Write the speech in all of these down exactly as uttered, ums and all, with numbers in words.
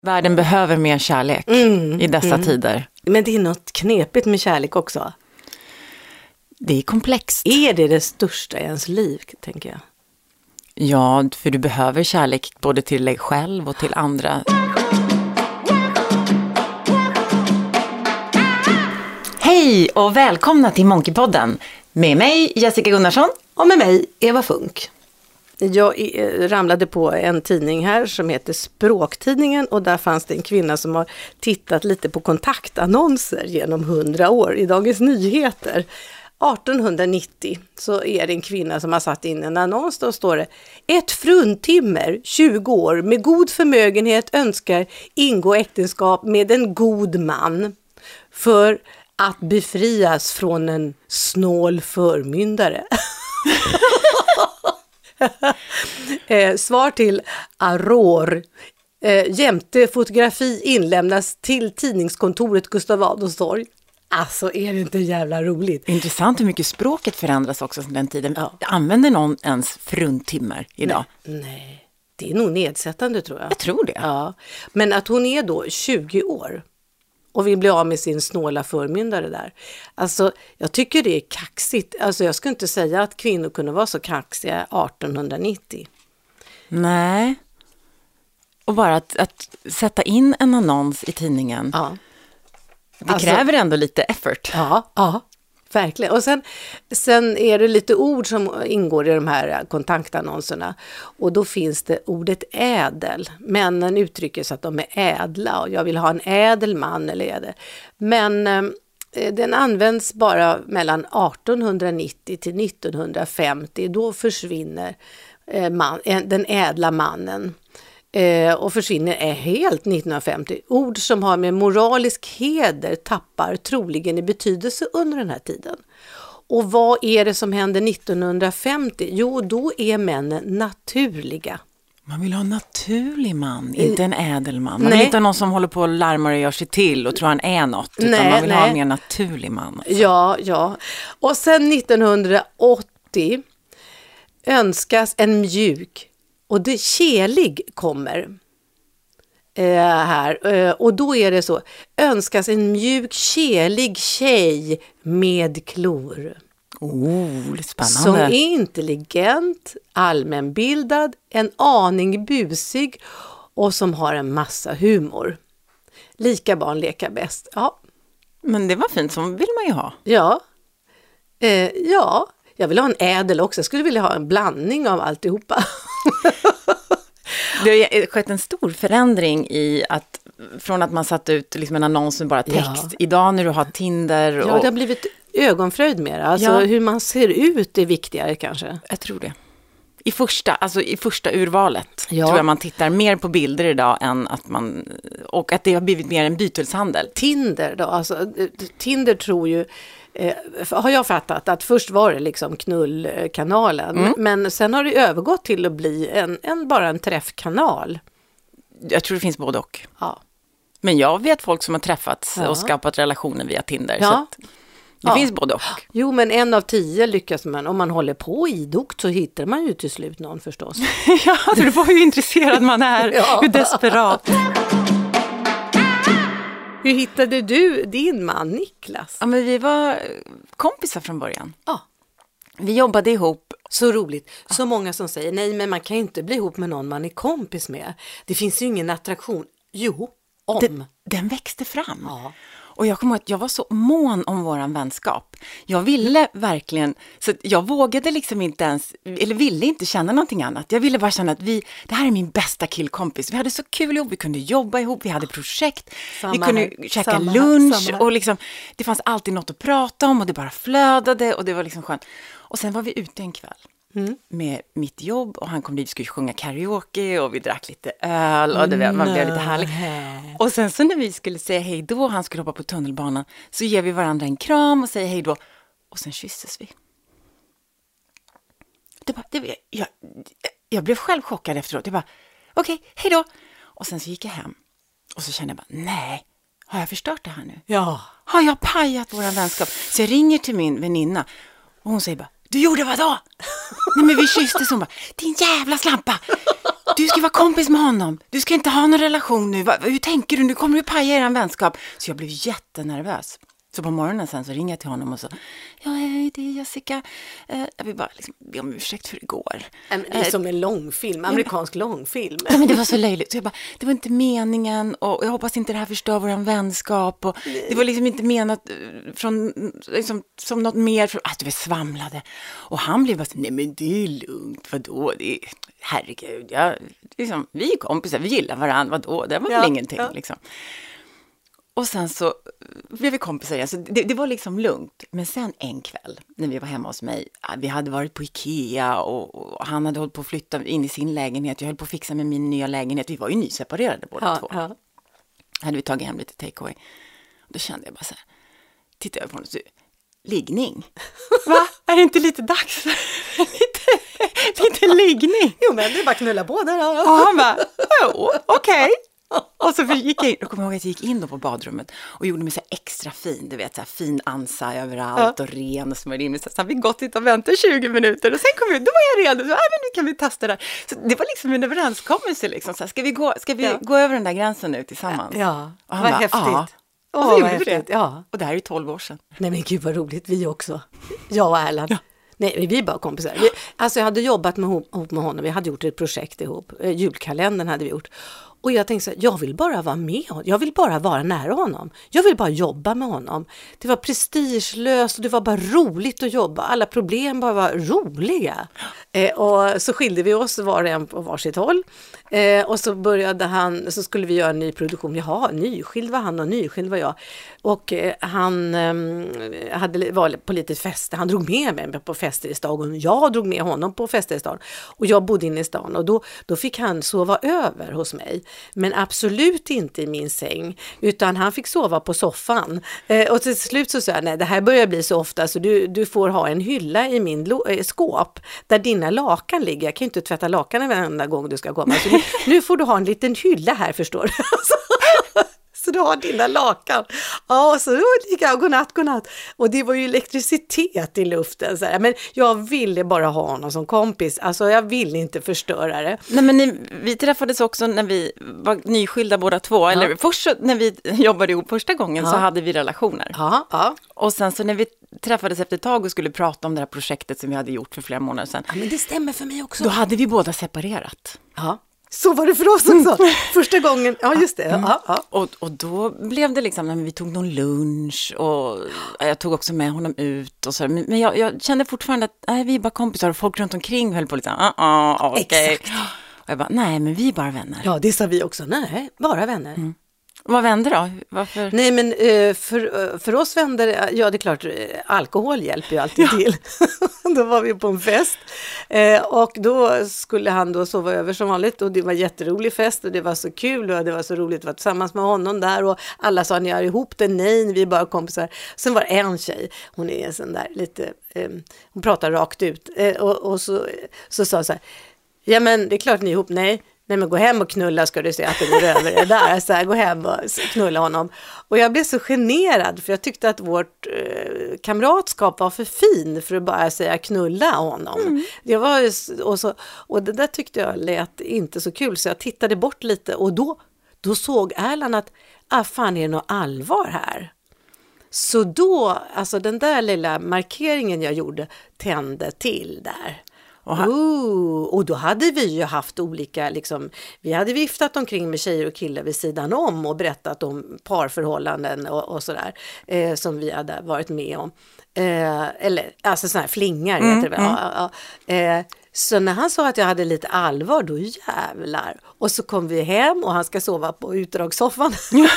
Världen behöver mer kärlek mm, i dessa mm. tider. Men det är något knepigt med kärlek också. Det är komplext. Är det det största i ens liv, tänker jag? Ja, för du behöver kärlek både till dig själv och till andra. Hej och välkomna till Monkeypodden. Med mig Jessica Gunnarsson. Och med mig Eva Funk. Jag ramlade på en tidning här som heter Språktidningen, och där fanns det en kvinna som har tittat lite på kontaktannonser genom hundra år i Dagens Nyheter. arton nittio så är det en kvinna som har satt in en annons. Då står det: ett fruntimmer, tjugo år, med god förmögenhet önskar ingå äktenskap med en god man för att befrias från en snål förmyndare. eh, svar till Aurore. Eh, jämte fotografi inlämnas till tidningskontoret Gustav Adolfs torg. Alltså, är det inte jävla roligt? Intressant hur mycket språket förändras också sedan den tiden. Ja. Använder någon ens fruntimmer idag? Nej, nej, det är nog nedsättande, tror jag. Jag tror det. Ja. Men att hon är då tjugo år och vill bli av med sin snåla förmyndare där. Alltså, jag tycker det är kaxigt. Alltså, jag skulle inte säga att kvinnor kunde vara så kaxiga arton nittio. Nej. Och bara att, att sätta in en annons i tidningen. Ja. Det alltså, kräver ändå lite effort. Ja, ja, verkligen. Och sen, sen är det lite ord som ingår i de här kontaktannonserna. Och då finns det ordet ädel. Männen uttrycker sig att de är ädla och jag vill ha en ädel man eller ädel. Men eh, den används bara mellan arton nittio till nittonhundrafemtio. Då försvinner eh, man, den ädla mannen. Eh, och försvinner är helt nittonhundrafemtio. Ord som har med moralisk heder tappar troligen i betydelse under den här tiden. Och vad är det som händer nittonhundrafemtio? Jo, då är männen naturliga. Man vill ha en naturlig man, inte en ädelman. Man nej. vill inte ha någon som håller på och larmar och gör sig till och tror han är något. Utan nej, man vill nej. ha en mer naturlig man. Alltså. Ja, ja. Och sen nittonhundraåttio önskas en mjuk. Och det kelig kommer eh, här. Eh, och då är det så. Önskas en mjuk, kelig tjej med klor. Oh, det är spännande. Som är intelligent, allmänbildad, en aning busig och som har en massa humor. Lika barn leka bäst. Ja. Men det var fint, som vill man ju ha. Ja. Eh, ja. Jag vill ha en ädel också. Jag skulle vilja ha en blandning av alltihopa. Det har skett en stor förändring i att från att man satt ut liksom en annons med bara text. Ja. Idag när du har Tinder. Och... Ja, det har blivit ögonfröjd mer. Alltså ja. hur man ser ut är viktigare kanske. Jag tror det. I första, alltså i första urvalet ja. tror jag man tittar mer på bilder idag än att man, och att det har blivit mer en byteshandel. Tinder då, alltså Tinder tror ju, eh, har jag fattat att först var det liksom knullkanalen, mm. men sen har det övergått till att bli en, en bara en träffkanal. Jag tror det finns både och. Ja. Men jag vet folk som har träffats ja. och skapat relationer via Tinder, ja. så att det ja. finns både och. Jo, men en av tio lyckas man. Om man håller på idogt så hittar man ju till slut någon förstås. Ja, det var ju intresserad man är. ja. Hur desperat. Hur hittade du din man Niklas? Ja, men vi var kompisar från början. Ja. Vi jobbade ihop. Så roligt. Så många som säger, nej men man kan ju inte bli ihop med någon man är kompis med. Det finns ju ingen attraktion. Jo, om. Den, den växte fram. Ja. Och jag kommer ihåg att jag var så mån om våran vänskap. Jag ville verkligen, så jag vågade liksom inte ens, eller ville inte känna någonting annat. Jag ville bara känna att vi, det här är min bästa killkompis. Vi hade så kul ihop, vi kunde jobba ihop, vi hade projekt. Samma vi kunde här, käka samma lunch här, och liksom, det fanns alltid något att prata om och det bara flödade och det var liksom skönt. Och sen var vi ute en kväll. Mm. Med mitt jobb och han kom dit och skulle sjunga karaoke och vi drack lite öl och det, man blev lite härlig. Och sen så när vi skulle säga hej då, han skulle hoppa på tunnelbanan, så ger vi varandra en kram och säger hej då och sen kysstes vi. Det bara, det, jag, jag blev själv chockad efteråt. Jag bara, okej, okay, hej då. Och sen så gick jag hem och så kände jag bara, nej, har jag förstört det här nu? Ja. Har jag pajat våran vänskap? Så jag ringer till min väninna och hon säger bara, du gjorde vad då? Nej, men vi kysste så hon bara, din jävla slampa. Du ska vara kompis med honom. Du ska inte ha någon relation nu. Va, hur tänker du? Nu kommer du paja er vänskap. Så jag blev jättenervös. Så på morgonen sen så ringer jag till honom och så, ja, det är Jessica. Eh, jag vill bara liksom be om ursäkt för igår. Men det är som en långfilm, amerikansk långfilm. Ja, men det var så löjligt. Så jag bara, det var inte meningen och jag hoppas inte det här förstör vår vänskap. Och det var liksom inte menat från, liksom, som något mer, för att vi svamlade. Och han blev bara så, nej men det är lugnt, vadå? Det är, herregud, jag, liksom, vi är kompisar, vi gillar varandra, vadå? Det var väl ja, ingenting ja. liksom. Och sen så blev vi kompisar igen, så det, det var liksom lugnt. Men sen en kväll när vi var hemma hos mig, vi hade varit på Ikea och, och han hade hållit på att flytta in i sin lägenhet. Jag höll på att fixa med min nya lägenhet. Vi var ju nyseparerade båda ja, två. Ja. Hade vi tagit hem lite takeaway. Då kände jag bara så här, tittade jag på honom och så, liggning. Va? Är det inte lite dags? lite, lite liggning. Jo, men det är bara knulla på där. Ja. Och han bara, jo, okej. Okay. Och så gick jag in, och kom ihåg att jag gick in då på badrummet och gjorde mig så extra fin, du vet, så här fin ansa överallt ja. Och ren och smörjde in mig. Så har vi gått hit och väntat tjugo minuter och sen kom vi ut, då var jag redo, så men nu kan vi testa det. Så det var liksom en överenskommelse liksom, så här, ska vi, gå, ska vi ja. gå över den där gränsen nu tillsammans? Ja, och han vad bara, häftigt. Ja. Och Åh, så gjorde vad vi häftigt. det. Ja. Och det här är ju tolv år sedan. Nej men gud vad roligt, vi också. Jag och Erland. Ja. Nej, vi är bara kompisar. Vi, alltså jag hade jobbat med, ihop med honom, vi hade gjort ett projekt ihop. Eh, julkalendern hade vi gjort. Och jag tänkte så här, jag vill bara vara med honom. Jag vill bara vara nära honom. Jag vill bara jobba med honom. Det var prestigelöst och det var bara roligt att jobba. Alla problem bara var roliga. Eh, och så skilde vi oss var och en på varsitt håll. Eh, och så började han, så skulle vi göra en ny produktion. Jaha, nyskild var han och nyskild var jag. Och eh, han eh, hade, var på lite fester. Han drog med mig på fester i stan och jag drog med honom på fester i stan. Och jag bodde inne i stan och då, då fick han sova över hos mig. Men absolut inte i min säng, utan han fick sova på soffan. Eh, och till slut så sa jag, nej det här börjar bli så ofta så du, du får ha en hylla i min lo- äh, skåp där dina lakan ligger. Jag kan ju inte tvätta lakan varenda gång du ska komma. Så nu, nu får du ha en liten hylla här, förstår du. Så du har dina lakan. Ja, så då lika godnatt, godnatt. Och det var ju elektricitet i luften. Så här. Men jag ville bara ha honom som kompis. Alltså jag ville inte förstöra det. Nej, men ni, vi träffades också när vi var nyskilda båda två. Ja. Eller först när vi jobbade ihop första gången ja. Så hade vi relationer. Ja, ja. Och sen så när vi träffades efter ett tag och skulle prata om det här projektet som vi hade gjort för flera månader sedan. Ja, men det stämmer för mig också. Då hade vi båda separerat. Ja. Så var det för oss också. Första gången, ja just det. Mm. Ja, ja. Och, och då blev det liksom, när vi tog någon lunch och jag tog också med honom ut och så. Men, men jag, jag kände fortfarande att nej, vi är bara kompisar och folk runt omkring höll på lite så här, uh, uh, okej. Okay. Exakt. Och jag bara, nej men vi är bara vänner. Ja, det sa vi också, nej, bara vänner. Mm. Vad vänner då? Varför? Nej, men för, för oss vänner, ja det är klart, alkohol hjälper ju alltid ja. till. Då var vi på en fest och då skulle han då sova över som vanligt och det var en jätterolig fest och det var så kul och det var så roligt att vara tillsammans med honom där och alla sa, ni är ihop det, nej, vi är bara kompisar. Sen var det en tjej, hon är en sån där lite, hon pratar rakt ut och, och så, så sa så här, ja men det är klart ni är ihop, nej. Nej men gå hem och knulla ska du se att det går över det där. Så här, gå hem och knulla honom. Och jag blev så generad för jag tyckte att vårt eh, kamratskap var för fin för att bara säga knulla honom. Mm. Det var, och, så, och det där tyckte jag lät inte så kul så jag tittade bort lite och då, då såg Erland att ah, fan är det något allvar här? Så då, alltså den där lilla markeringen jag gjorde tände till där. Och, han... oh, och då hade vi ju haft olika, liksom, vi hade viftat omkring med tjejer och killar vid sidan om och berättat om parförhållanden och, och sådär eh, som vi hade varit med om. Eh, eller, alltså sådana här flingar mm, heter det väl. Mm. Ja, ja. Eh, så när han sa att jag hade lite allvar, då jävlar. Och så kom vi hem och han ska sova på utdragssoffan.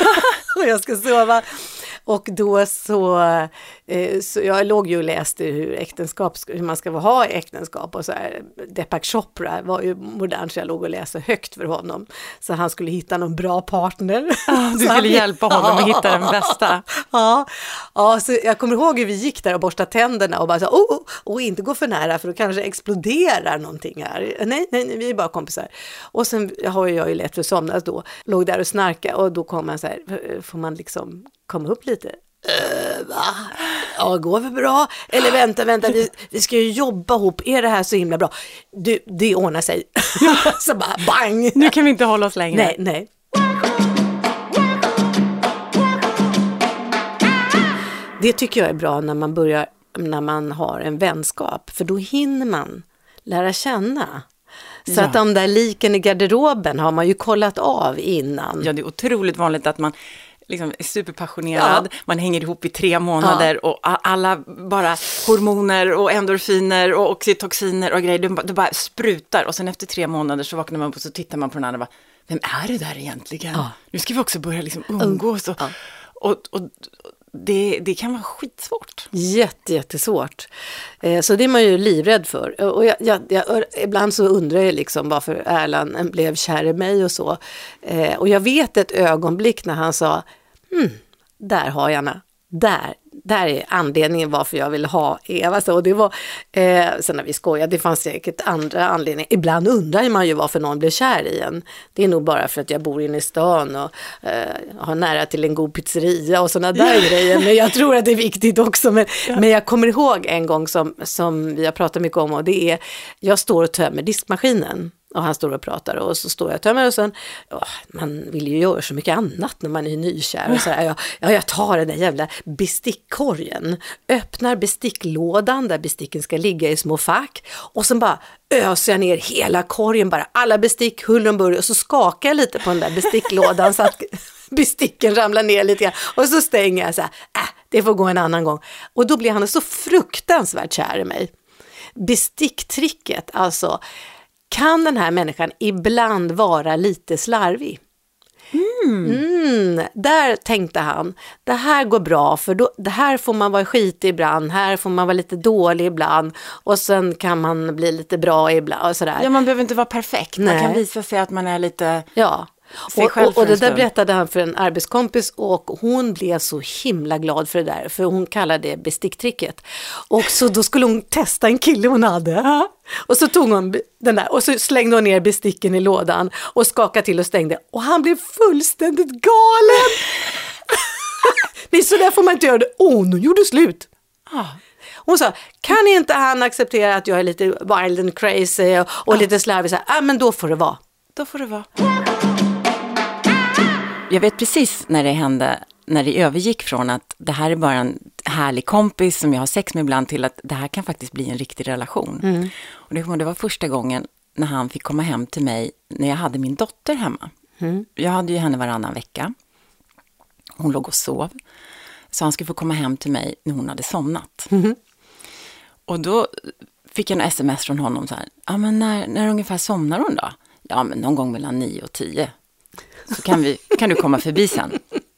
Och jag ska sova. Och då så, eh, så jag låg ju och läste hur äktenskap, hur man ska ha äktenskap och så här. Deepak Chopra var ju modern så jag låg och läste högt för honom. Så han skulle hitta någon bra partner. Ah, du skulle hjälpa honom ja. Att hitta den bästa. Ja, ja, så jag kommer ihåg hur vi gick där och borstade tänderna och bara så, oh, oh, och inte gå för nära för då kanske exploderar någonting här. Nej, nej, nej, vi är bara kompisar. Och sen har jag ju lätt för somnas då. Låg där och snarka och då kom man så här, får man liksom komma upp lite. Uh, va? ja, går väl bra? Eller vänta, vänta, vi, vi ska ju jobba ihop. Är det här så himla bra? Du, det ordnar sig. Så bara bang! Nu kan vi inte hålla oss längre. Nej, nej. Det tycker jag är bra när man börjar, när man har en vänskap. För då hinner man lära känna. Så Ja. att de där liken i garderoben har man ju kollat av innan. Ja, det är otroligt vanligt att man liksom är superpassionerad, ja. Man hänger ihop i tre månader ja. Och alla bara hormoner och endorfiner och oxytociner och grejer, det bara, det bara sprutar och sen efter tre månader så vaknar man upp och så tittar man på den andra och bara, vem är det där egentligen? Ja. Nu ska vi också börja liksom umgås och, ja. och, och, och det, det kan vara skitsvårt. Jätte, jättesvårt. Eh, så det är man ju livrädd för. Och jag, jag, jag, ibland så undrar jag liksom varför Erland blev kär i mig och så. Eh, och jag vet ett ögonblick när han sa, hmm, där har jag henne. Där, där är anledningen varför jag vill ha Eva. Så, och det var, eh, sen när vi skojade, det fanns säkert andra anledningar. Ibland undrar man ju varför någon blir kär i en. Det är nog bara för att jag bor inne i stan och eh, har nära till en god pizzeria och sådana där ja. grejer. Men jag tror att det är viktigt också. Men, ja. men jag kommer ihåg en gång som, som vi har pratat mycket om, och det är, jag står och tömmer diskmaskinen. Och han står och pratar och så står jag och tömmer och sen, åh, man vill ju göra så mycket annat när man är nykär. Och så här, ja, ja, jag tar den där jävla bestickkorgen, öppnar besticklådan där besticken ska ligga i små fack och sen bara öser jag ner hela korgen, bara alla bestick, huller och burr, och så skakar jag lite på den där besticklådan så att besticken ramlar ner lite grann. Och så stänger jag så här, äh, det får gå en annan gång. Och då blir han så fruktansvärt kär i mig. Besticktricket, alltså... Kan den här människan ibland vara lite slarvig? Mm. Mm, där tänkte han, det här går bra för då, det här får man vara skit ibland, här får man vara lite dålig ibland och sen kan man bli lite bra ibland och sådär. Ja, man behöver inte vara perfekt, Nej. Man kan visa sig att man är lite... Ja. Och, och, och det där berättade han för en arbetskompis och hon blev så himla glad för det där, för hon kallade det besticktricket. Och så då skulle hon testa en kille hon hade. Ja. Och så tog hon den där och så slängde hon ner besticken i lådan och skakade till och stängde. Och han blev fullständigt galen. Nej, så där får man inte göra det. Åh, oh, nu gjorde det slut. Ah. Hon sa, kan inte han acceptera att jag är lite wild and crazy och, och ah. lite slarvig? Ja, ah, men då får det vara. Då får det vara. Jag vet precis när det hände, när det övergick från att det här är bara en härlig kompis som jag har sex med ibland till att det här kan faktiskt bli en riktig relation. Mm. Och det, det var första gången när han fick komma hem till mig när jag hade min dotter hemma. Mm. Jag hade ju henne varannan vecka. Hon låg och sov. Så han skulle få komma hem till mig när hon hade somnat. Mm. Och då fick jag en sms från honom så här. Ja, men när, när ungefär somnar hon då? Ja, men någon gång mellan nio och tio. Så kan, vi, kan du komma förbi sen.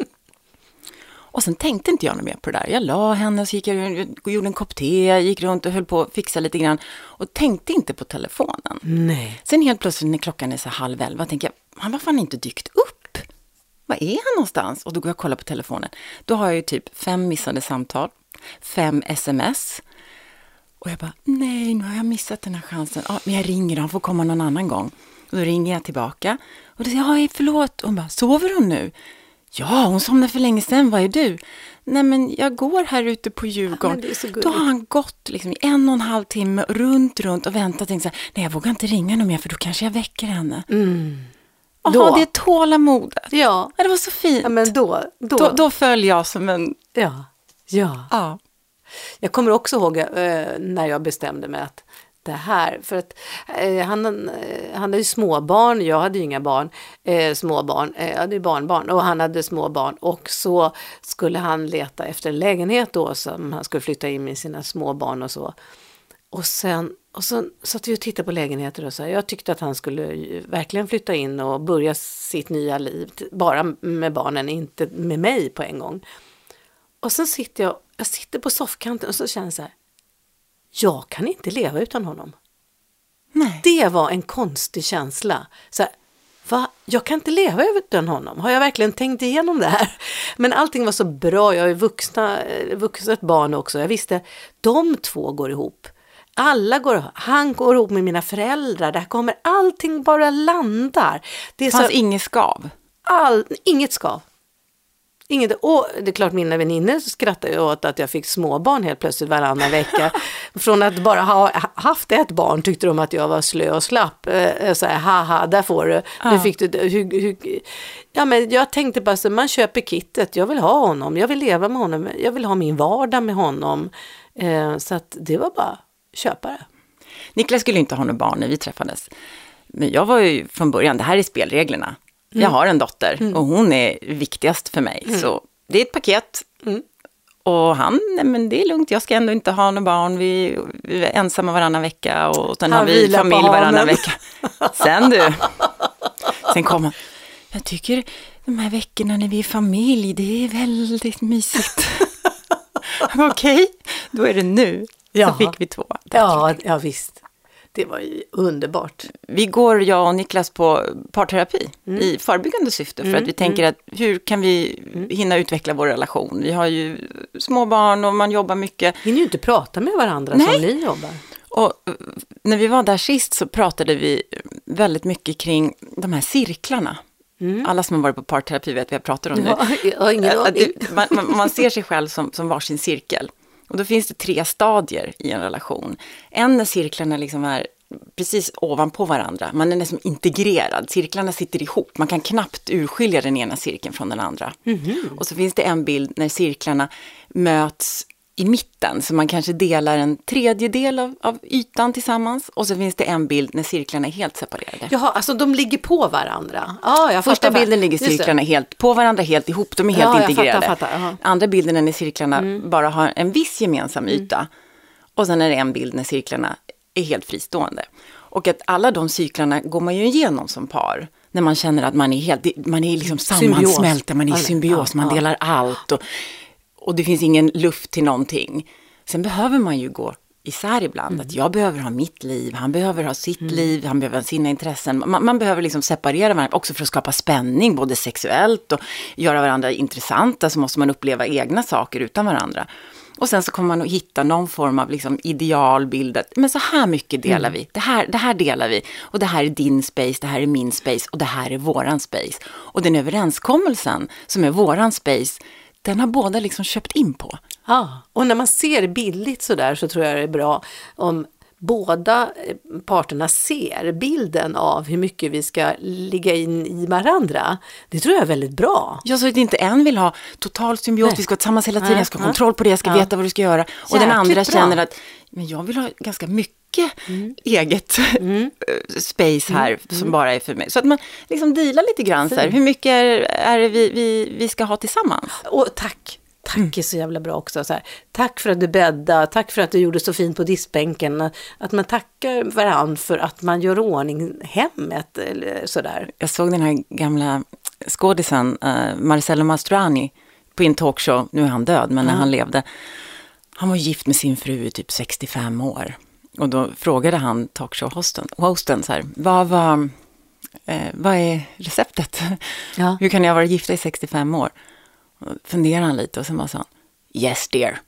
Och sen tänkte inte jag något mer på det där. Jag la henne och så gick jag och gjorde en kopp te. Gick runt och höll på att fixa lite grann. Och tänkte inte på telefonen. Nej. Sen helt plötsligt när klockan är så halv elva tänker jag, han var fan inte dykt upp. Var är han någonstans? Och då går jag och kollar på telefonen. Då har jag ju typ fem missade samtal. Fem sms. Och jag bara, nej, nu har jag missat den här chansen. Ja, men jag ringer, han får komma någon annan gång. Och då ringer jag tillbaka. Och då säger jag, ja, förlåt. Och hon bara, sover hon nu? Ja, hon somnade för länge sedan. Vad är du? Nej, men jag går här ute på Djurgården. Ja, då har han gått liksom i en och en halv timme runt, runt och väntat. Och tänkt så här, nej, jag vågar inte ringa någon mer för då kanske jag väcker henne. Mm. Jaha, det är tålamodet. Ja. Ja, det var så fint. Ja, men då, då. Då, då föll jag som en... Ja, ja. ja. Jag kommer också ihåg eh, när jag bestämde mig att det här, för att eh, han, eh, han hade ju småbarn, jag hade ju inga barn, eh, småbarn, eh, jag hade ju barnbarn och han hade småbarn och så skulle han leta efter en lägenhet då som han skulle flytta in med sina småbarn och så. Och sen och så satt vi och tittade på lägenheter och så här, jag tyckte att han skulle verkligen flytta in och börja sitt nya liv bara med barnen, inte med mig på en gång. Och sen sitter jag, jag sitter på soffkanten och så känner jag så här, jag kan inte leva utan honom. Nej. Det var en konstig känsla. Så här, va? Jag kan inte leva utan honom. Har jag verkligen tänkt igenom det här? Men allting var så bra. Jag är vuxna, vuxet barn också. Jag visste, de två går ihop. Alla går ihop. Han går ihop med mina föräldrar. Där kommer allting bara landar. Det fanns så, inget skav. All, inget skav. Inget, och det är klart mina vänner skrattar ju åt att jag fick småbarn helt plötsligt varannan vecka. Från att bara ha haft ett barn tyckte de att jag var slö och slapp. Eh, så här, haha, där får du. Ja. Nu fick du hur, hur, ja, men jag tänkte bara så, man köper kittet. Jag vill ha honom, jag vill leva med honom. Jag vill ha min vardag med honom. Eh, så att det var bara köpa det. Niklas skulle inte ha några barn när vi träffades. Men jag var ju från början, det här är spelreglerna. Mm. Jag har en dotter mm. och hon är viktigast för mig. Mm. Så det är ett paket. Mm. Och han, nej men det är lugnt, jag ska ändå inte ha några barn. Vi, vi är ensamma varannan vecka och sen han har vi familj varannan vecka. Sen du, sen kom han. Jag tycker de här veckorna när vi är familj, det är väldigt mysigt. Okej, okay, då är det nu. Ja. Så fick vi två. Ja, ja, visst. Det var ju underbart. Vi går, jag och Niklas, på parterapi mm. i förebyggande syfte. För mm. att vi tänker att hur kan vi hinna utveckla vår relation? Vi har ju små barn och man jobbar mycket. Vi hinner ju inte prata med varandra. Nej. Som ni jobbar. Och när vi var där sist så pratade vi väldigt mycket kring de här cirklarna. Mm. Alla som har varit på parterapi vet vad jag pratar om ja, nu. Jag har ingen aning. Man, man, man ser sig själv som, som varsin cirkel. Och då finns det tre stadier i en relation. En när cirklarna liksom är precis ovanpå varandra. Man är nästan integrerad. Cirklarna sitter ihop. Man kan knappt urskilja den ena cirkeln från den andra. Mm-hmm. Och så finns det en bild när cirklarna möts i mitten. Så man kanske delar en tredjedel av, av ytan tillsammans. Och så finns det en bild när cirklarna är helt separerade. Jaha, alltså de ligger på varandra. Ah, jag Första bilden ligger cirklarna helt på varandra, helt ihop. De är helt ja, integrerade. Fattar, fattar. Andra bilden är när cirklarna mm. bara har en viss gemensam yta. Mm. Och sen är det en bild när cirklarna är helt fristående. Och att alla de cyklarna går man ju igenom som par. När man känner att man är helt, man är liksom sammansmälta, man är i symbios, man delar allt. Och, och det finns ingen luft till någonting. Sen behöver man ju gå isär ibland. Mm. Att jag behöver ha mitt liv, han behöver ha sitt mm. liv, han behöver ha sina intressen. Man, man behöver liksom separera varandra också för att skapa spänning, både sexuellt och göra varandra intressanta. Så måste man uppleva egna saker utan varandra. Och sen så kommer man att hitta någon form av liksom idealbild. Men så här mycket delar mm. vi. Det här, det här delar vi. Och det här är din space, det här är min space och det här är våran space. Och den överenskommelsen som är våran space, den har båda liksom köpt in på. Ja, och när man ser billigt så där så tror jag det är bra om båda parterna ser bilden av hur mycket vi ska ligga in i varandra. Det tror jag är väldigt bra. Ja, så att inte en vill ha total symbios, vi ska vara tillsammans hela tiden, Nej. jag ska ha kontroll på det, jag ska ja. veta vad du ska göra. Och Jäkligt den andra bra. känner att men jag vill ha ganska mycket mm. eget mm. space här mm. som bara är för mig. Så att man liksom dealar lite grann så här, hur mycket är, är det vi, vi, vi ska ha tillsammans. Och tack. Tack mm. är så jävla bra också. Så här, tack för att du bäddade, tack för att du gjorde så fint på diskbänken. Att man tackar varandra för att man gör ordning hemmet eller sådär. Jag såg den här gamla skådisen uh, Marcello Mastroianni på en talkshow. Nu är han död, men mm. när han levde. Han var gift med sin fru i typ sextiofem år. Och då frågade han talkshow-hosten hosten så här, vad, vad, eh, vad är receptet? Ja. Hur kan jag vara gifta i sextiofem år? Funderar han lite och sen bara sa han, yes dear.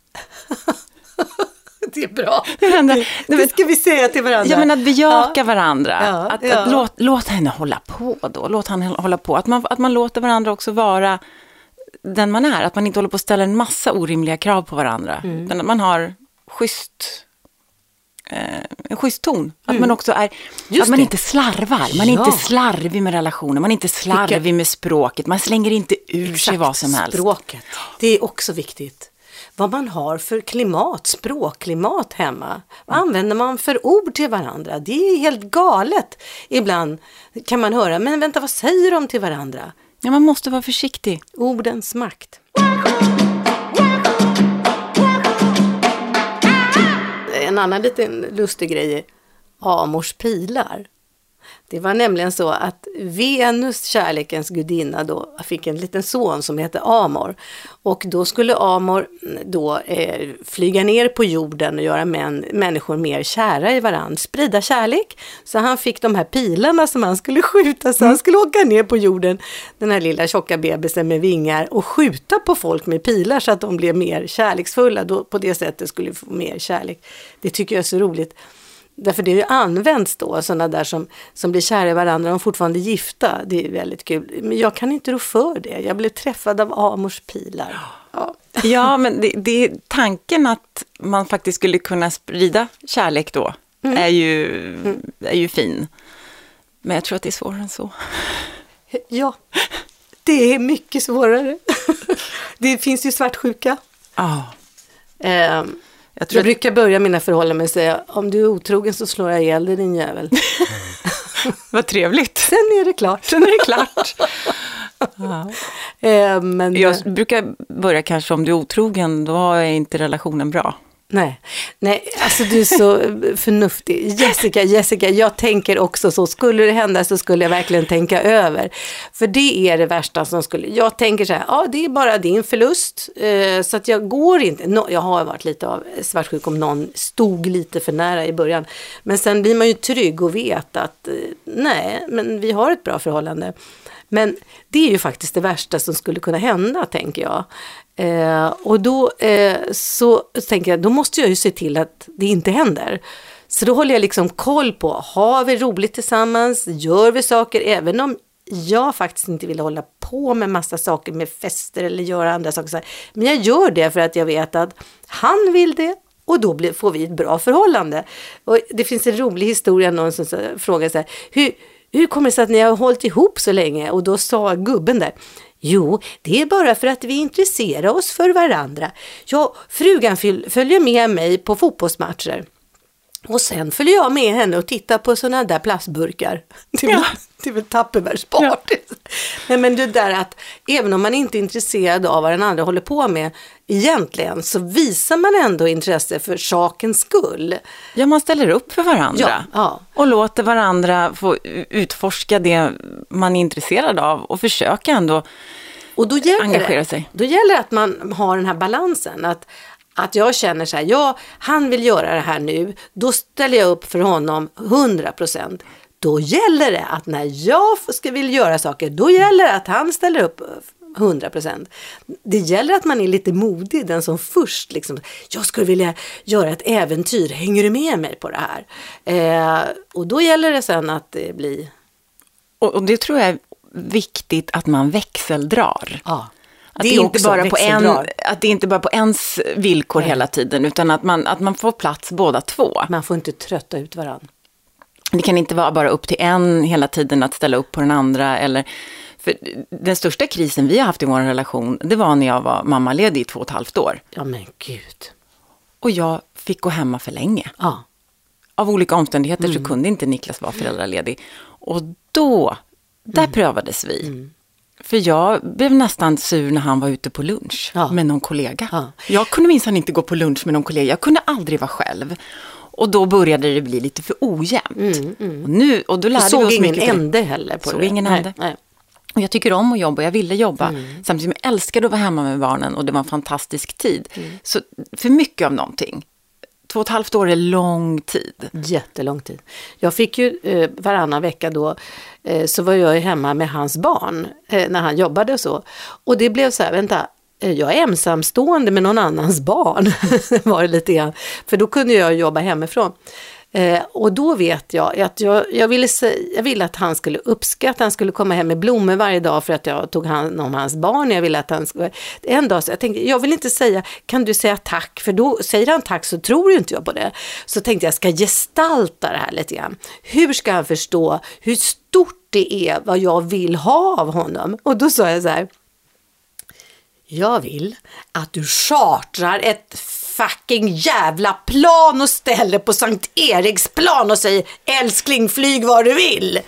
Det är bra. Det, det ska vi säga till varandra. Ja, men att bejaka ja. varandra. Ja, att, ja. att låt, låt henne hålla på då. Låt han hålla på. Att man, att man låter varandra också vara den man är. Att man inte håller på att ställa en massa orimliga krav på varandra. Mm. Men att man har schysst... en schysst ton. Att mm. man också är, Just att man det. inte slarvar. Man är ja. inte slarvig med relationer. Man är inte slarvig Vilka? med språket. Man slänger inte ur Exakt. sig vad som helst. Språket. Det är också viktigt. Vad man har för klimat, språkklimat hemma. Vad mm. använder man för ord till varandra? Det är helt galet. Ibland kan man höra, men vänta, vad säger de till varandra? Ja, man måste vara försiktig. Ordens makt. En annan liten lustig grej är Amors pilar. Det var nämligen så att Venus, kärlekens gudinna, då fick en liten son som heter Amor. Och då skulle Amor då eh, flyga ner på jorden och göra män, människor mer kära i varandra, sprida kärlek. Så han fick de här pilarna som han skulle skjuta, så han skulle åka ner på jorden, den här lilla tjocka bebisen med vingar, och skjuta på folk med pilar så att de blev mer kärleksfulla. Då på det sättet skulle få mer kärlek. Det tycker jag är så roligt. Därför det används då, sådana där som, som blir kära i varandra och fortfarande gifta. Det är väldigt kul. Men jag kan inte rå för det. Jag blev träffad av Amors pilar. Ja, ja men det, det är tanken att man faktiskt skulle kunna sprida kärlek då. Mm. Är, ju, mm. är ju fin. Men jag tror att det är svårare än så. Ja, det är mycket svårare. Det finns ju svartsjuka. Ja. Oh. Eh, Jag, jag brukar börja mina förhållanden med att säga, om du är otrogen så slår jag ihjäl dig, din jävel. Vad trevligt. Sen är det klart. Sen är det klart. Ja. Eh, men, jag brukar börja kanske, om du är otrogen, då är inte relationen bra. Nej, nej, alltså du är så förnuftig. Jessica, Jessica, jag tänker också så. Skulle det hända så skulle jag verkligen tänka över. För det är det värsta som skulle... Jag tänker så här, ja det är bara din förlust. Eh, så att jag går inte... No, jag har varit lite av svartsjuk om någon stod lite för nära i början. Men sen blir man ju trygg och vet att eh, nej, men vi har ett bra förhållande. Men det är ju faktiskt det värsta som skulle kunna hända, tänker jag. Eh, och då eh, så tänker jag, då måste jag ju se till att det inte händer. Så då håller jag liksom koll på, har vi roligt tillsammans, gör vi saker, även om jag faktiskt inte vill hålla på med massa saker, med fester eller göra andra saker. Så här. Men jag gör det för att jag vet att han vill det. Och då blir, får vi ett bra förhållande. Och det finns en rolig historia, någon som frågar så här, hur, hur kommer det sig att ni har hållit ihop så länge? Och då sa gubben där, jo, det är bara för att vi intresserar oss för varandra. Ja, frugan följer med mig på fotbollsmatcher. Och sen följer jag med henne och tittar på sådana där plastburkar. Det är, ja. det är väl Tupperware-sport. Ja. Nej, men det där att även om man inte är intresserad av vad den andra håller på med egentligen, så visar man ändå intresse för sakens skull. Ja, man ställer upp för varandra. Ja, ja. Och låter varandra få utforska det man är intresserad av och försöka ändå och då gäller engagera det, sig. Då gäller det att man har den här balansen, att Att jag känner så här, ja, han vill göra det här nu, då ställer jag upp för honom hundra procent. Då gäller det att när jag ska vill göra saker, då gäller det att han ställer upp hundra procent. Det gäller att man är lite modig, den som först liksom, jag skulle vilja göra ett äventyr, hänger du med mig på det här? Eh, och då gäller det sen att det blir... Och, och det tror jag är viktigt att man växeldrar. Ja. Att det, det, inte bara på en, att det inte bara på ens villkor Nej. hela tiden, utan att man, att man får plats båda två. Man får inte trötta ut varandra. Det kan inte vara bara upp till en hela tiden att ställa upp på den andra. Eller, för den största krisen vi har haft i vår relation, det var när jag var mammaledig i två och ett halvt år. Ja men gud. Och jag fick gå hemma för länge. Ja. Av olika omständigheter mm. så kunde inte Niklas vara föräldraledig. Och då, där mm. prövades vi. Mm. För jag blev nästan sur när han var ute på lunch ja. med någon kollega. Ja. Jag kunde minsann inte gå på lunch med någon kollega. Jag kunde aldrig vara själv. Och då började det bli lite för ojämnt. Mm, mm. Och, nu, och då lärde vi oss mycket. Såg ingen ände heller på såg det. ingen ände. Nej, nej. Och jag tycker om att jobba. Jag ville jobba. Mm. Samtidigt som jag älskade att vara hemma med barnen. Och det var en fantastisk tid. Mm. Så för mycket av någonting. Två och ett halvt år är lång tid. Jättelång tid. Jag fick ju eh, varannan vecka då eh, så var jag hemma med hans barn eh, när han jobbade så. Och det blev så här, vänta, eh, jag är ensamstående med någon annans barn. var det lite grann. För då kunde jag jobba hemifrån. Eh, och då vet jag att jag, jag, ville se, jag ville att han skulle uppskatta, han skulle komma hem med blommor varje dag för att jag tog hand om hans barn. Jag ville att han skulle, en dag så jag tänkte, jag vill inte säga, kan du säga tack? För då säger han tack så tror inte jag på det. Så tänkte jag, ska gestalta det här lite grann. Hur ska han förstå hur stort det är vad jag vill ha av honom? Och då sa jag så här, jag vill att du chartrar ett fucking jävla plan och ställer på Sankt Eriksplan och säger älskling, flyg var du vill.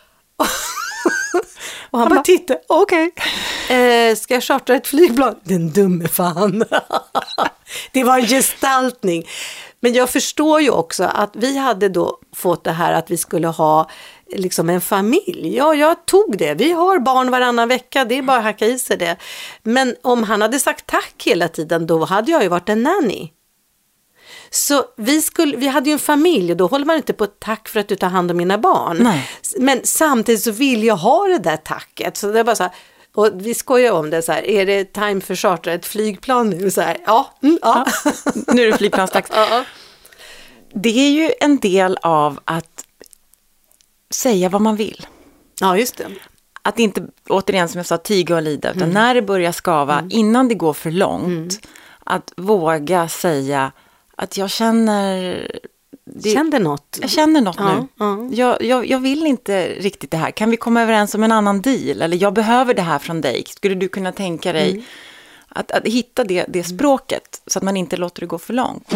Och han bara tittar, okej. Okay. Eh, ska jag chartra ett flygplan? Den dumme fan. Det var en gestaltning. Men jag förstår ju också att vi hade då fått det här att vi skulle ha liksom en familj. Ja, jag tog det. Vi har barn varannan vecka. Det är bara att hacka i sig det. Men om han hade sagt tack hela tiden, då hade jag ju varit en nanny. Så vi, skulle, vi hade ju en familj och då håller man inte på tack för att du tar hand om mina barn. Nej. Men samtidigt så vill jag ha det där tacket. Så det är bara så här, och vi skojar om det så här, är det time för charter ett flygplan nu? Så här, ja, mm, ja. ja. Nu är det flygplansdags. Ja. det är ju en del av att säga vad man vill. Ja, just det. Att inte, återigen som jag sa, tiga och lida, utan mm. när det börjar skava, mm. innan det går för långt, mm. att våga säga att jag känner... Det, känner något. Jag känner något ja, nu. Ja. Jag, jag, jag vill inte riktigt det här. Kan vi komma överens om en annan deal? Eller jag behöver det här från dig. Skulle du kunna tänka dig mm. att, att hitta det, det språket så att man inte låter det gå för långt?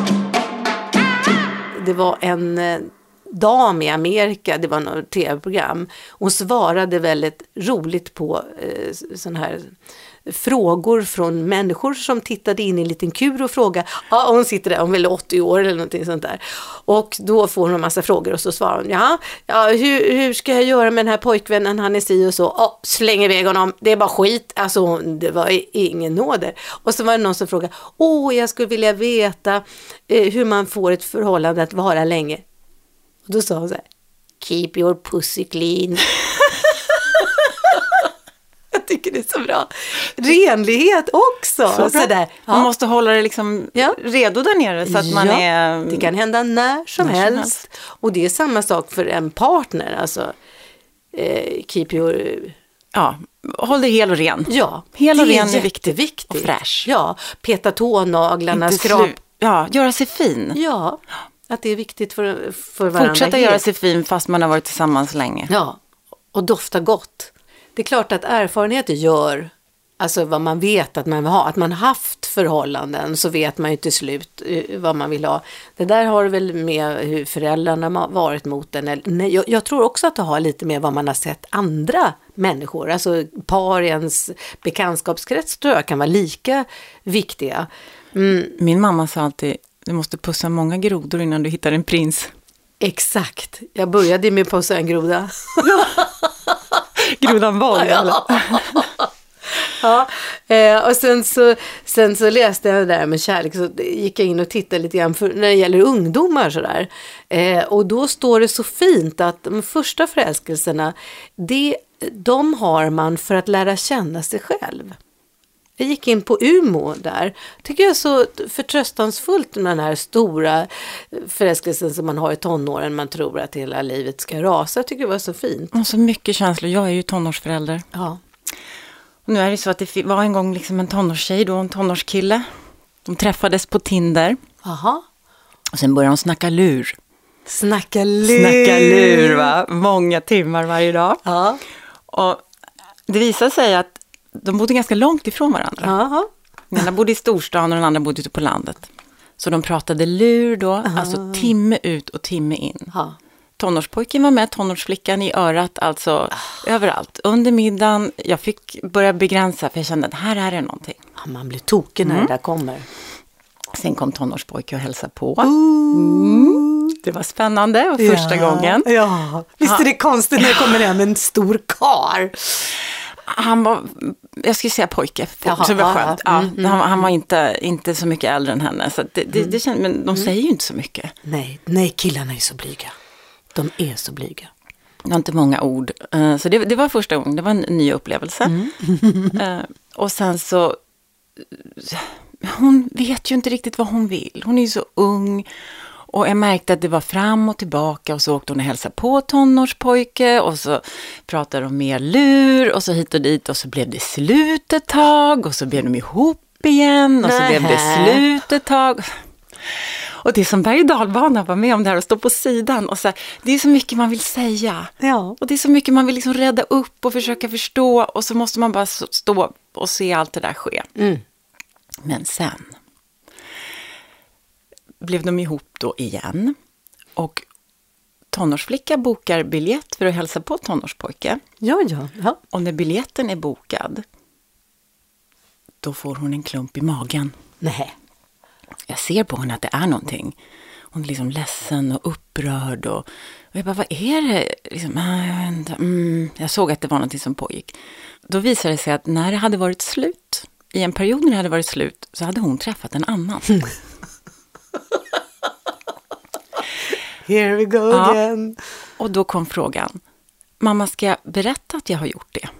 Det var en dam i Amerika, det var något tv-program. Hon svarade väldigt roligt på eh, sån här frågor från människor som tittade in i en liten kur och frågade, ja hon sitter där, hon är väl åttio år eller någonting sånt där. Och då får hon en massa frågor och så svarar hon, ja, ja hur, hur ska jag göra med den här pojkvännen, han är si och så, oh, släng iväg honom, det är bara skit, alltså det var ingen nåder. Och så var det någon som frågade, åh jag skulle vilja veta eh, hur man får ett förhållande att vara länge. Och då sa hon så här, keep your pussy clean. Jag tycker det är så bra. Renlighet också. Så så där. Ja. Man måste hålla det liksom ja. redo där nere så att man ja. är... Det kan hända när som, när helst. som helst. Och det är samma sak för en partner. Alltså, eh, keep your... Ja, håll dig hel och ren. Ja, hel och det är ren är viktigt. viktigt. Och fräsch. Ja, peta tånaglarna, skrap. Ja, göra sig fin. Ja, att det är viktigt för, för varandra. Fortsätta helt. göra sig fin fast man har varit tillsammans länge. Ja, och dofta gott. Det är klart att erfarenheter gör, alltså vad man vet att man vill ha. Att man haft förhållanden så vet man ju till slut vad man vill ha. Det där har väl med hur föräldrarna har varit mot den. Nej, jag, jag tror också att det har lite med vad man har sett andra människor. Alltså par i ens bekantskapskrets tror jag kan vara lika viktiga. Mm. Min mamma sa alltid, du måste pussa många grodor innan du hittar en prins. Exakt. Jag började med att pussa en groda. Grodan var ja. ja. Eh, och sen så, sen så läste jag det där med kärlek, så gick jag in och tittade lite grann för, när det gäller ungdomar sådär. Eh, och då står det så fint att de första förälskelserna, det, de har man för att lära känna sig själv. Jag gick in på Umo där. Tycker jag är så förtröstansfullt med den här stora förälskelsen som man har i tonåren. Man tror att hela livet ska rasa. Jag tycker det var så fint. Och så mycket känslor. Jag är ju tonårsförälder. Ja. Och nu är det så att det var en gång liksom en tonårstjej då, en tonårskille. De träffades på Tinder. Aha. Och sen började de snacka lur. Snacka lur. Snacka lur, va? Många timmar varje dag. Ja. Och det visade sig att de bodde ganska långt ifrån varandra. Aha. Den ena bodde i storstan och den andra bodde ute på landet. Så de pratade lur då, Aha. alltså timme ut och timme in. Aha. Tonårspojken var med, tonårsflickan i örat, alltså ah. överallt. Under middagen, jag fick börja begränsa för jag kände att här är det någonting. Ja, man blir tokig när mm. det där kommer. Sen kom tonårspojken och hälsade på. Mm. Det var spännande och första ja. gången. Ja, visst är det konstigt när det kommer hem en stor kar. Han var, jag skulle säga pojke, Jaha, så det var skönt. Ja, mm, mm, han, han var inte, inte så mycket äldre än henne. Så det, det, det känns, men de mm. säger ju inte så mycket. Nej, nej, killarna är så blyga. De är så blyga. Det var inte många ord. Så det, det var första gången, det var en ny upplevelse. Mm. Och sen så, hon vet ju inte riktigt vad hon vill. Hon är ju så ung. Och jag märkte att det var fram och tillbaka och så åkte hon och hälsade på tonårspojke och så pratade de mer lur och så hit och dit och så blev det slut ett tag och så blev de ihop igen och så Nej. blev det slut ett tag. Och det är som berg- och dalbana var med om det här och stå på sidan och så här, det är så mycket man vill säga. Ja. Och det är så mycket man vill liksom rädda upp och försöka förstå och så måste man bara stå och se allt det där ske. Mm. Men sen blev de ihop då igen och tonårsflicka bokar biljett för att hälsa på tonårspojke. Ja, ja, ja. Och när biljetten är bokad då får hon en klump i magen. Nej. Jag ser på henne att det är någonting. Hon är liksom ledsen och upprörd och, och jag bara, vad är det? Liksom, jag, inte, mm. jag såg att det var någonting som pågick. Då visade det sig att när det hade varit slut, i en period när det hade varit slut så hade hon träffat en annan. Here we go ja. again. Och då kom frågan, mamma, ska jag berätta att jag har gjort det?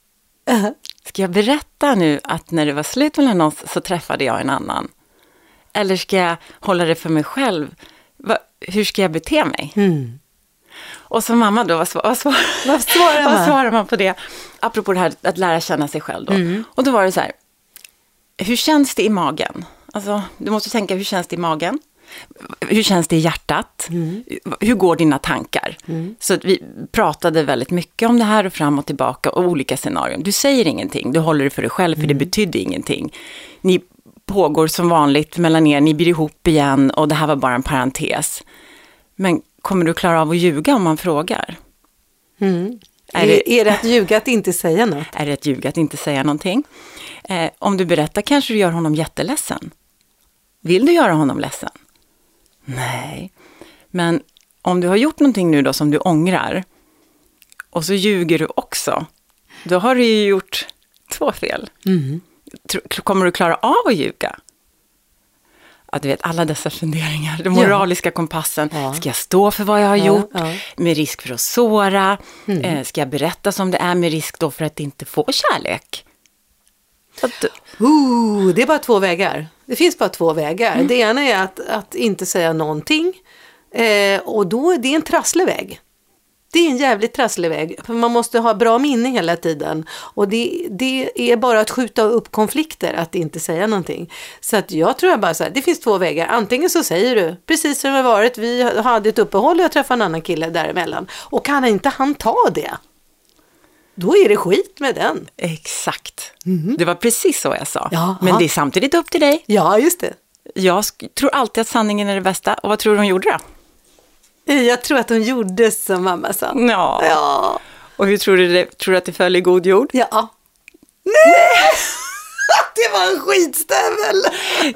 Uh-huh. Ska jag berätta nu att när det var slut mellan oss så träffade jag en annan? eller ska jag hålla det för mig själv? Va, hur ska jag bete mig? Mm. Och som mamma då, vad, svar, vad, svar, Vad svarar man? vad svarar man på det? Apropå det här att lära känna sig själv då. Mm. Och då var det så här, hur känns det i magen? Alltså, du måste tänka, hur känns det i magen? Hur känns det i hjärtat? Mm. Hur går dina tankar? Mm. Så att vi pratade väldigt mycket om det här och fram och tillbaka och olika scenarion. Du säger ingenting, du håller det för dig själv för mm. det betydde ingenting. Ni pågår som vanligt mellan er, ni blir ihop igen och det här var bara en parentes. Men kommer du klara av att ljuga om man frågar? Mm. Är, det, är det att ljuga att inte säga något? Är det att ljuga att inte säga någonting? Eh, om du berättar kanske du gör honom jätteledsen. Vill du göra honom ledsen? Nej. Men om du har gjort någonting nu då som du ångrar och så ljuger du också, då har du ju gjort två fel. Mm. Kommer du klara av att ljuga? Att du vet, alla dessa funderingar, den moraliska ja. kompassen. Ja. Ska jag stå för vad jag har ja, gjort? Ja. Med risk för att såra? Mm. Eh, ska jag berätta som det är med risk då för att inte få kärlek? Att... Uh, det är bara två vägar. Det finns bara två vägar. Mm. Det ena är att, att inte säga någonting. Eh, och då är det en trasslig väg. Det är en jävligt trasslig väg. För man måste ha bra minne hela tiden. Och det, det är bara att skjuta upp konflikter. Att inte säga någonting. Så att jag tror bara så här. Det finns två vägar. Antingen så säger du. Precis som det har varit. Vi hade ett uppehåll och jag träffade en annan kille däremellan. Och kan inte han ta det? Då är det skit med den. Exakt. Mm. Det var precis så jag sa. Ja, men det är samtidigt upp till dig. Ja, just det. Jag sk- tror alltid att sanningen är det bästa. Och vad tror du hon gjorde då? Jag tror att hon gjorde som mamma sa. Ja. ja. Och hur tror du, det, tror du att det föll i god jord? Ja. Nej! Det var en skitstövel!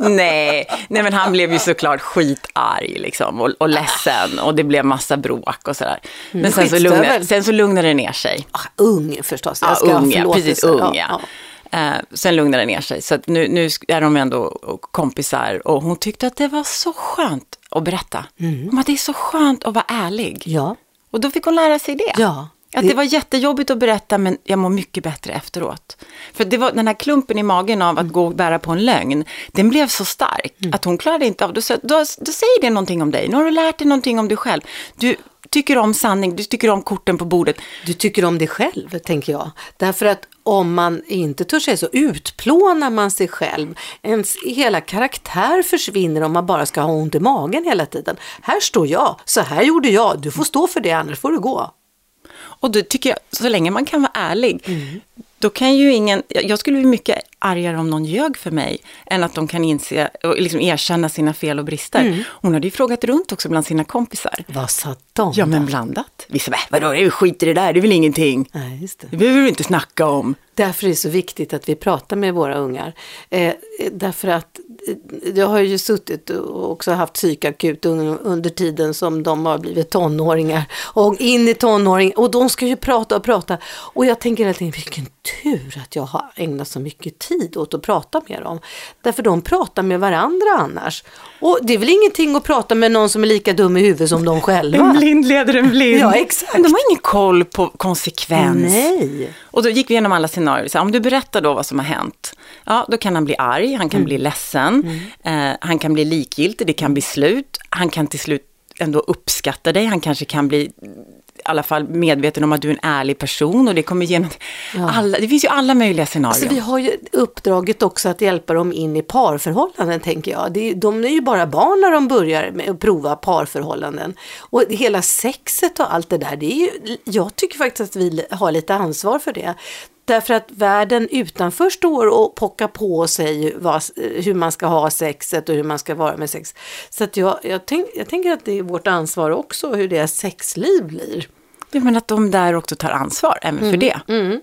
nej, nej, men han blev ju såklart skitarg liksom, och, och ledsen. Och det blev massa bråk och sådär. Men mm, sen, så lugnade, sen så lugnade det ner sig. Ah, ung förstås. Jag ska ja, unga, precis unga. Ja, ja. Eh, sen lugnade det ner sig. Så att nu, nu är de ändå kompisar. Och hon tyckte att det var så skönt att berätta. Mm. Om att det är så skönt att vara ärlig. Ja. Och då fick hon lära sig det. Ja. Att det var jättejobbigt att berätta, men jag mår mycket bättre efteråt. För det var den här klumpen i magen av att mm. gå och bära på en lögn, den blev så stark mm. att hon klarade inte av det. Då, då, då säger det någonting om dig. Nu har du lärt dig någonting om dig själv. Du tycker om sanning, du tycker om korten på bordet. Du tycker om dig själv, tänker jag. Därför att om man inte törs säga så utplånar man sig själv. Ens hela karaktär försvinner om man bara ska ha ont i magen hela tiden. Här står jag, så här gjorde jag. Du får stå för det, annars får du gå. Och då tycker jag, så länge man kan vara ärlig, mm. då kan ju ingen, jag skulle bli mycket argare om någon ljög för mig, än att de kan inse och liksom erkänna sina fel och brister. Mm. Hon hade ju frågat runt också bland sina kompisar. Vad sa de? Ja, men blandat. Vissa bara, vadå, det är skit i det där, det är väl ingenting. Nej, just det. Det behöver vi inte snacka om. Därför är det så viktigt att vi pratar med våra ungar. Eh, därför att jag har ju suttit och också haft psykakut under tiden som de har blivit tonåringar. Och in i tonåring. Och de ska ju prata och prata. Och jag tänker att vilken tur att jag har ägnat så mycket tid åt att prata med dem. Därför de pratar med varandra annars. Och det är väl ingenting att prata med någon som är lika dum i huvudet som de själva. En blind leder en blind. Ja, exakt. De har ingen koll på konsekvens. Nej. Och då gick vi igenom alla scenarier. Så om du berättar då vad som har hänt, ja, då kan han bli arg, han kan mm. bli ledsen, mm. eh, han kan bli likgiltig, det kan bli slut, han kan till slut ändå uppskatta dig, han kanske kan bli i alla fall medveten om att du är en ärlig person och det kommer genom ja. alla, det finns ju alla möjliga scenarier. Alltså vi har ju uppdraget också att hjälpa dem in i parförhållanden, tänker jag. Det, de är ju bara barn när de börjar med att prova parförhållanden. Och hela sexet och allt det där, det är ju, jag tycker faktiskt att vi har lite ansvar för det. Därför att världen utanför står och pockar på sig vad, hur man ska ha sexet och hur man ska vara med sex. Så att jag, jag, tänk, jag tänker att det är vårt ansvar också hur deras sexliv blir. Ja, men att de där också tar ansvar även mm. för det. Mm.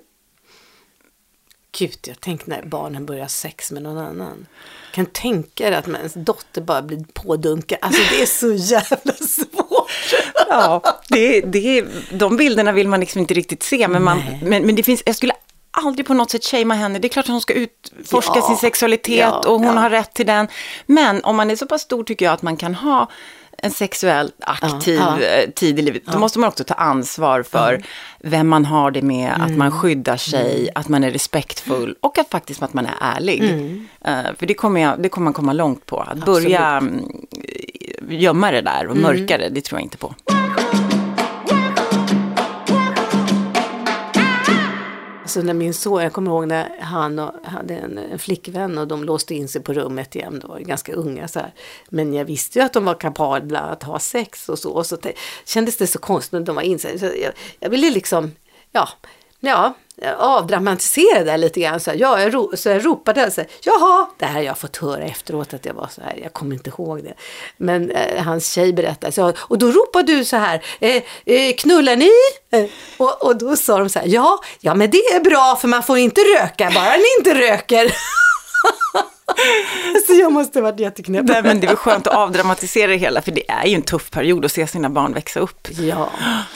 Gud, jag tänker när barnen börjar sex med någon annan. Jag kan tänka er att ens dotter bara blir pådunkad. Alltså det är så jävla svårt. Ja, det, det, de bilderna vill man liksom inte riktigt se. Men, man, men, men det finns, jag skulle aldrig på något sätt shamea henne. Det är klart att hon ska utforska ja, sin sexualitet ja, och hon ja. har rätt till den. Men om man är så pass stor tycker jag att man kan ha en sexuellt aktiv Ja, ja. tid i livet, då Ja. måste man också ta ansvar för Ja. vem man har det med, Mm. att man skyddar sig, Mm. att man är respektfull och att faktiskt att man är ärlig. Mm. Uh, för det kommer, jag, det kommer man komma långt på. Att Absolut. börja um, gömma det där och Mm. mörka det, det tror jag inte på. Så när min son, jag kommer ihåg när han och, hade en, en flickvän och de låste in sig på rummet igen, då var de ganska unga så här. Men jag visste ju att de var kapabla att ha sex och så, och så te, kändes det så konstigt när de var insatta. Så jag, jag ville liksom, ja, ja, avdramatisera det lite grann. Så, här, ja, jag ro, så jag ropade så här, jaha, det här har jag fått höra efteråt att jag var så här, jag kommer inte ihåg det. Men eh, hans tjej berättade, så, och då ropade du så här, eh, eh, knullar ni? Eh, och, och då sa de så här, ja, ja men det är bra för man får inte röka, bara ni inte röker. Så jag måste ha varit jätteknäpp. Nej, men det är väl skönt att avdramatisera det hela, för det är ju en tuff period att se sina barn växa upp. Ja.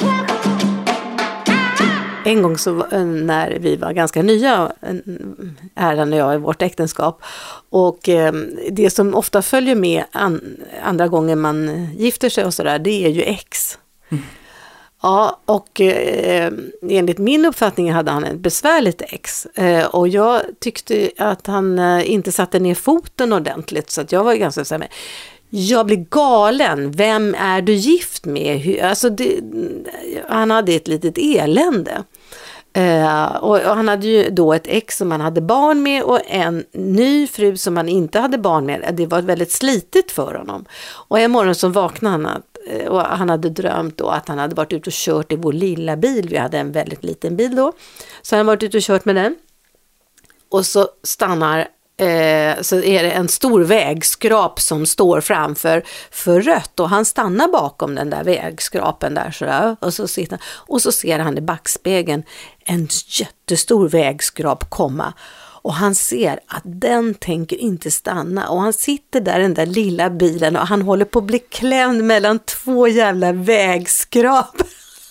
En gång så när vi var ganska nya, Erland och jag, i vårt äktenskap, och eh, det som ofta följer med an, andra gången man gifter sig och sådär, det är ju ex. Mm. Ja, och eh, enligt min uppfattning hade han ett besvärligt ex. Eh, och jag tyckte att han eh, inte satte ner foten ordentligt, så att jag var ganska så här, jag blir galen. Vem är du gift med? Hur, alltså det, han hade ett litet elände. Uh, och, och han hade ju då ett ex som han hade barn med och en ny fru som han inte hade barn med. Det var väldigt slitigt för honom. Och en morgon så vaknade han att, och han hade drömt då att han hade varit ute och kört i vår lilla bil. Vi hade en väldigt liten bil då. Så han varit ute och kört med den. Och så stannar Eh, så är det en stor vägskrap som står framför för rött, och han stannar bakom den där vägskrapen där sådär, och så sitter, och så ser han i backspegeln en jättestor vägskrap komma, och han ser att den tänker inte stanna, och han sitter där i den där lilla bilen och han håller på att bli klämd mellan två jävla vägskrap.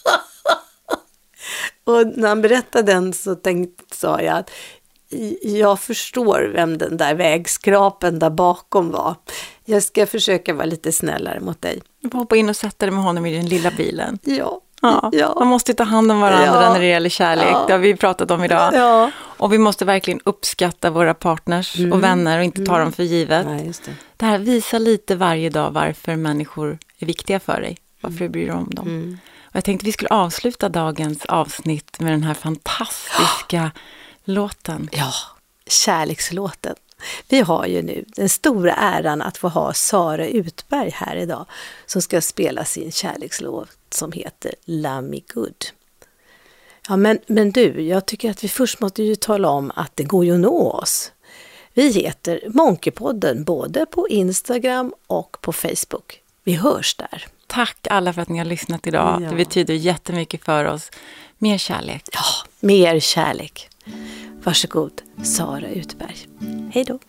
Och när han berättade den så tänkte, sa jag att jag förstår vem den där vägskrapen där bakom var. Jag ska försöka vara lite snällare mot dig. Du får hoppa in och sätta dig med honom i den lilla bilen. Ja. Ja, ja. Man måste ta hand om varandra ja. när det gäller kärlek. Ja. Det har vi pratat om idag. Ja. Och vi måste verkligen uppskatta våra partners mm. och vänner och inte ta mm. dem för givet. Nej, just det. Det här visar lite varje dag varför människor är viktiga för dig. Varför du bryr dig om dem. Mm. Och jag tänkte vi skulle avsluta dagens avsnitt med den här fantastiska låten. Ja, kärlekslåten. Vi har ju nu den stora äran att få ha Sara Utberg här idag, som ska spela sin kärlekslåt som heter Love Me Good. Ja, men, men du, jag tycker att vi först måste ju tala om att det går ju att nå oss. Vi heter Monkeypodden både på Instagram och på Facebook. Vi hörs där. Tack alla för att ni har lyssnat idag. Ja. Det betyder jättemycket för oss. Mer kärlek. Ja, mer kärlek. Varsågod, Sara Utberg. Hej då.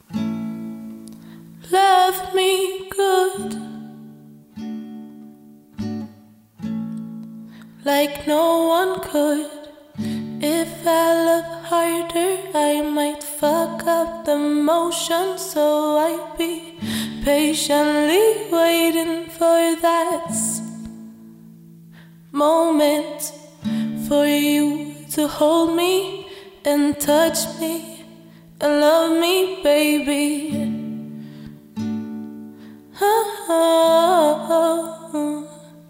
Love me good, like no one could. If I love harder, I might fuck up the motion. So I'd be patiently waiting for that moment, for you to hold me and touch me and love me, baby. Oh,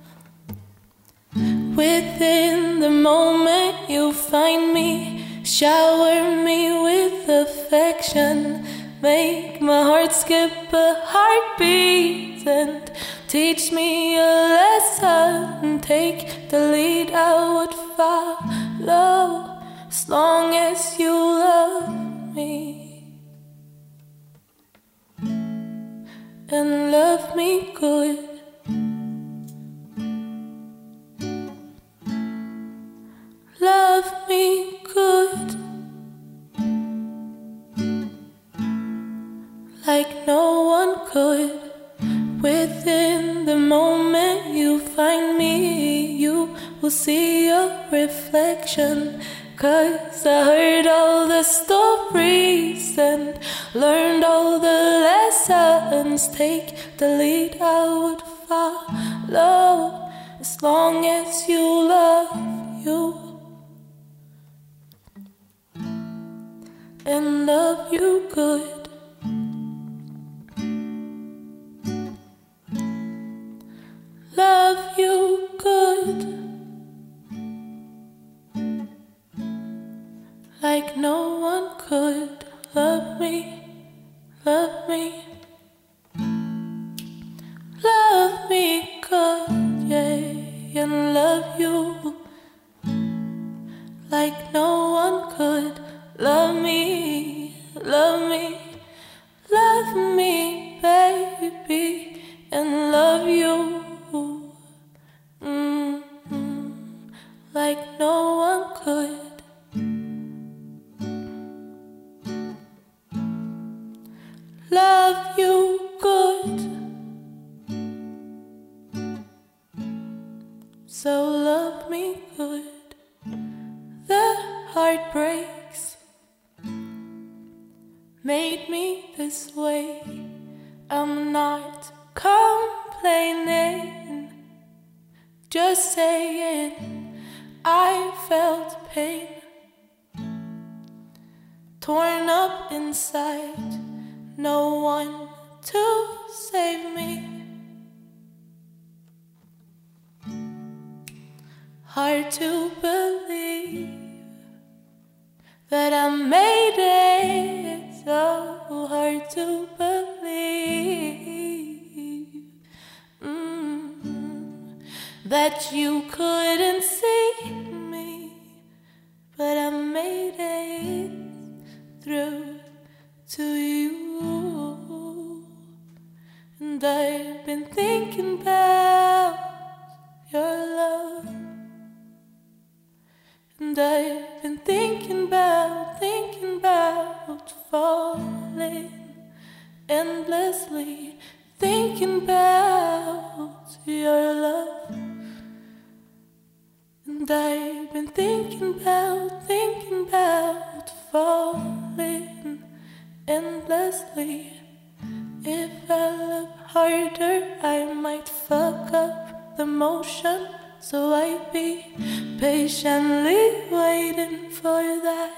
within the moment you find me, shower me with affection, make my heart skip a heartbeat and teach me a lesson. Take the lead, I would follow, as long as you love me and love me good. Love me good, like no one could. Within the moment you find me, you will see your reflection. 'Cause I heard all the stories and learned all the lessons. Take the lead, I would follow as long as you love you and love you good. Love you good like no one could. Love me, love me, love me good, yeah, and love you like no one could. Love me, love me, love me, baby, and love you mm-hmm. like no one could. Love you good, so love me good. The heart breaks, made me this way. I'm not complaining, just saying I felt pain, torn up inside. No one to save me. Hard to believe that I made it. So hard to believe mm, that you couldn't see me, but I made it through to you. And I've been thinking about your love, and I've been thinking about, thinking about falling endlessly, thinking about your love. And I've been thinking about, thinking about falling endlessly. If I look harder, I might fuck up the motion. So I'd be patiently waiting for that